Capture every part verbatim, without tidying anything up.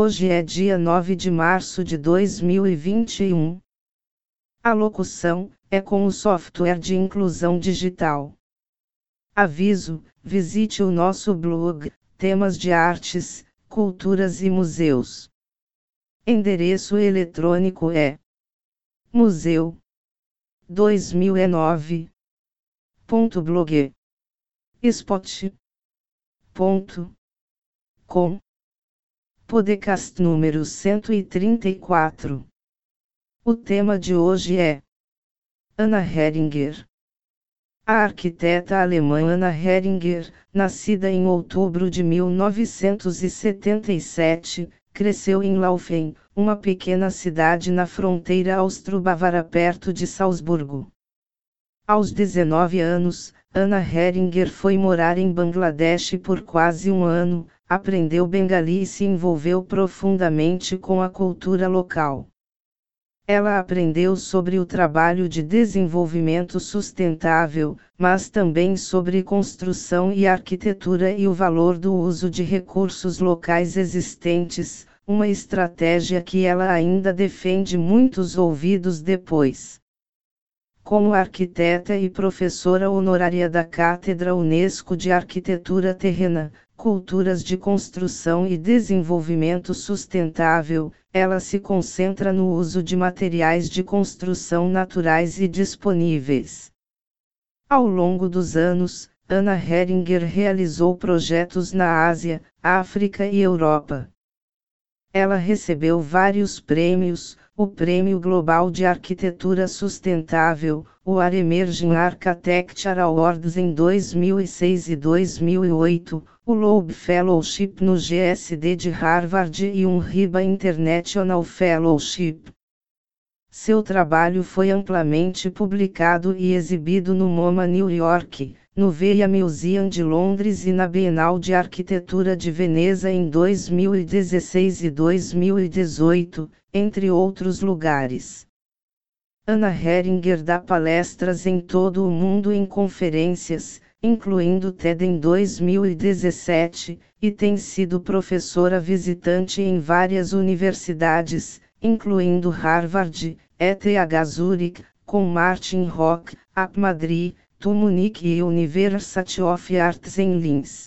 Hoje é dia nove de março de dois mil e vinte e um. A locução é com o software de inclusão digital. Aviso: visite o nosso blog, temas de artes, culturas e museus. Endereço eletrônico é museu dois mil e nove ponto blogspot ponto com. Podcast número cento e trinta e quatro. O tema de hoje é Anna Heringer. A arquiteta alemã Anna Heringer, nascida em outubro de mil novecentos e setenta e sete, cresceu em Laufen, uma pequena cidade na fronteira austro-bávara perto de Salzburgo. Aos dezenove anos, Anna Heringer foi morar em Bangladesh por quase um ano, aprendeu bengali e se envolveu profundamente com a cultura local. Ela aprendeu sobre o trabalho de desenvolvimento sustentável, mas também sobre construção e arquitetura e o valor do uso de recursos locais existentes, uma estratégia que ela ainda defende muitos ouvidos depois. Como arquiteta e professora honorária da Cátedra Unesco de Arquitetura Terrena, Culturas de Construção e Desenvolvimento Sustentável, ela se concentra no uso de materiais de construção naturais e disponíveis. Ao longo dos anos, Anna Heringer realizou projetos na Ásia, África e Europa. Ela recebeu vários prêmios: o Prêmio Global de Arquitetura Sustentável, o A R Emerging Architecture Awards em dois mil e seis e dois mil e oito, o Loeb Fellowship no G S D de Harvard e um RIBA International Fellowship. Seu trabalho foi amplamente publicado e exibido no MoMA New York, no Veia Museum de Londres e na Bienal de Arquitetura de Veneza em dois mil e dezesseis e dois mil e dezoito, entre outros lugares. Anna Heringer dá palestras em todo o mundo em conferências, incluindo TED em dois mil e dezessete, e tem sido professora visitante em várias universidades, incluindo Harvard, E T H Zurich, com Martin Rock, A P Madrid, T U Munique e University of Arts em Linz.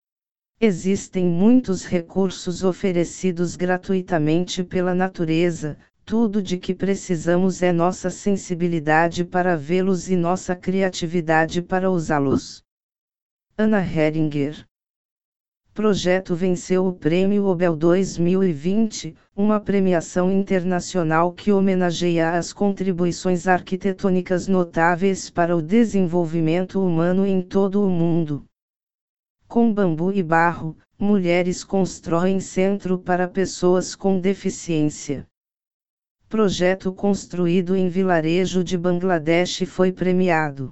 Existem muitos recursos oferecidos gratuitamente pela natureza, tudo de que precisamos é nossa sensibilidade para vê-los e nossa criatividade para usá-los. Anna Heringer. Projeto venceu o Prêmio Nobel dois mil e vinte, uma premiação internacional que homenageia as contribuições arquitetônicas notáveis para o desenvolvimento humano em todo o mundo. Com bambu e barro, mulheres constroem centro para pessoas com deficiência. Projeto construído em vilarejo de Bangladesh foi premiado.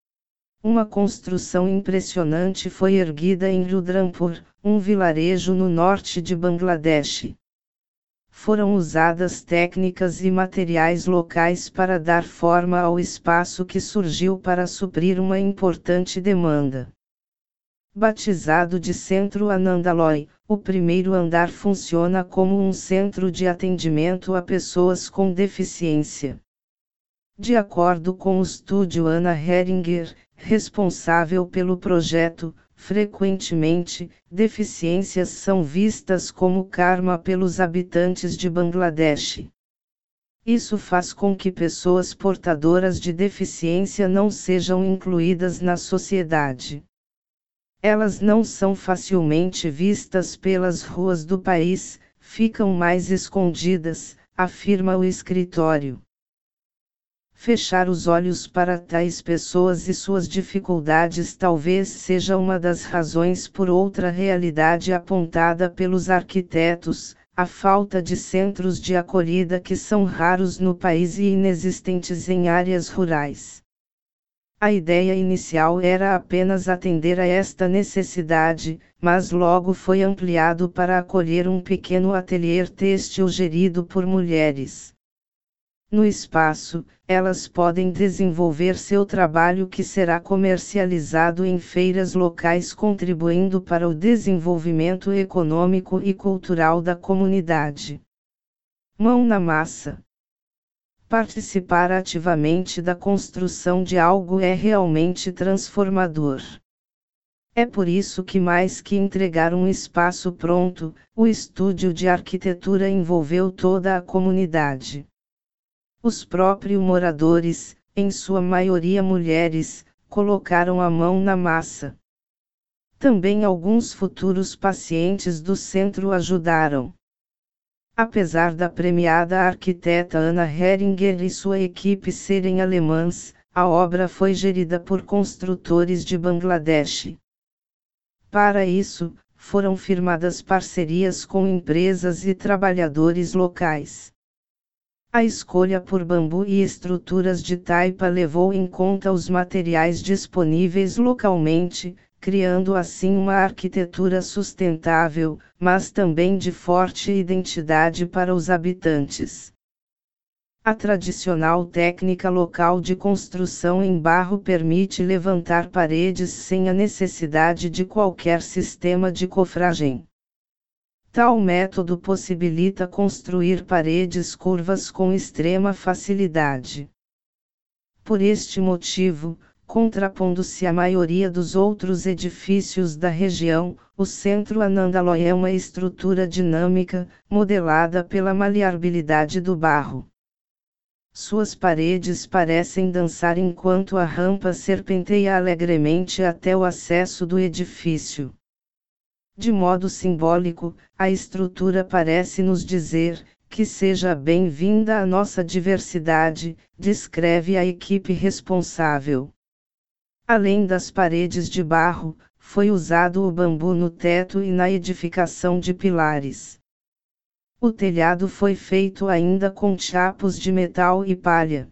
Uma construção impressionante foi erguida em Rudrampur, um vilarejo no norte de Bangladesh. Foram usadas técnicas e materiais locais para dar forma ao espaço que surgiu para suprir uma importante demanda. Batizado de Centro Anandaloy, o primeiro andar funciona como um centro de atendimento a pessoas com deficiência. De acordo com o estúdio Anna Heringer, responsável pelo projeto, frequentemente, deficiências são vistas como karma pelos habitantes de Bangladesh. Isso faz com que pessoas portadoras de deficiência não sejam incluídas na sociedade. Elas não são facilmente vistas pelas ruas do país, ficam mais escondidas, afirma o escritório. Fechar os olhos para tais pessoas e suas dificuldades talvez seja uma das razões por outra realidade apontada pelos arquitetos, a falta de centros de acolhida que são raros no país e inexistentes em áreas rurais. A ideia inicial era apenas atender a esta necessidade, mas logo foi ampliado para acolher um pequeno ateliê têxtil gerido por mulheres. No espaço, elas podem desenvolver seu trabalho que será comercializado em feiras locais, contribuindo para o desenvolvimento econômico e cultural da comunidade. Mão na massa. Participar ativamente da construção de algo é realmente transformador. É por isso que, mais que entregar um espaço pronto, o estúdio de arquitetura envolveu toda a comunidade. Os próprios moradores, em sua maioria mulheres, colocaram a mão na massa. Também alguns futuros pacientes do centro ajudaram. Apesar da premiada arquiteta Anna Heringer e sua equipe serem alemãs, a obra foi gerida por construtores de Bangladesh. Para isso, foram firmadas parcerias com empresas e trabalhadores locais. A escolha por bambu e estruturas de taipa levou em conta os materiais disponíveis localmente, criando assim uma arquitetura sustentável, mas também de forte identidade para os habitantes. A tradicional técnica local de construção em barro permite levantar paredes sem a necessidade de qualquer sistema de cofragem. Tal método possibilita construir paredes curvas com extrema facilidade. Por este motivo, contrapondo-se à maioria dos outros edifícios da região, o Centro Anandaloy é uma estrutura dinâmica, modelada pela maleabilidade do barro. Suas paredes parecem dançar enquanto a rampa serpenteia alegremente até o acesso do edifício. De modo simbólico, a estrutura parece nos dizer: que seja bem-vinda a nossa diversidade, descreve a equipe responsável. Além das paredes de barro, foi usado o bambu no teto e na edificação de pilares. O telhado foi feito ainda com chapos de metal e palha.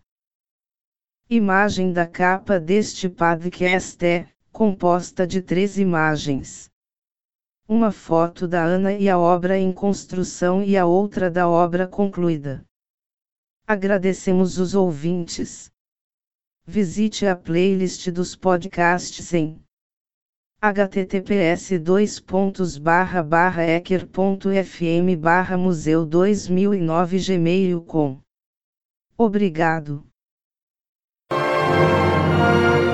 Imagem da capa deste podcast é composta de três imagens. Uma foto da Ana e a obra em construção e a outra da obra concluída. Agradecemos os ouvintes. Visite a playlist dos podcasts em https dois pontos barra barra ecker ponto fm barra museu dois mil e nove gmail ponto com. Obrigado.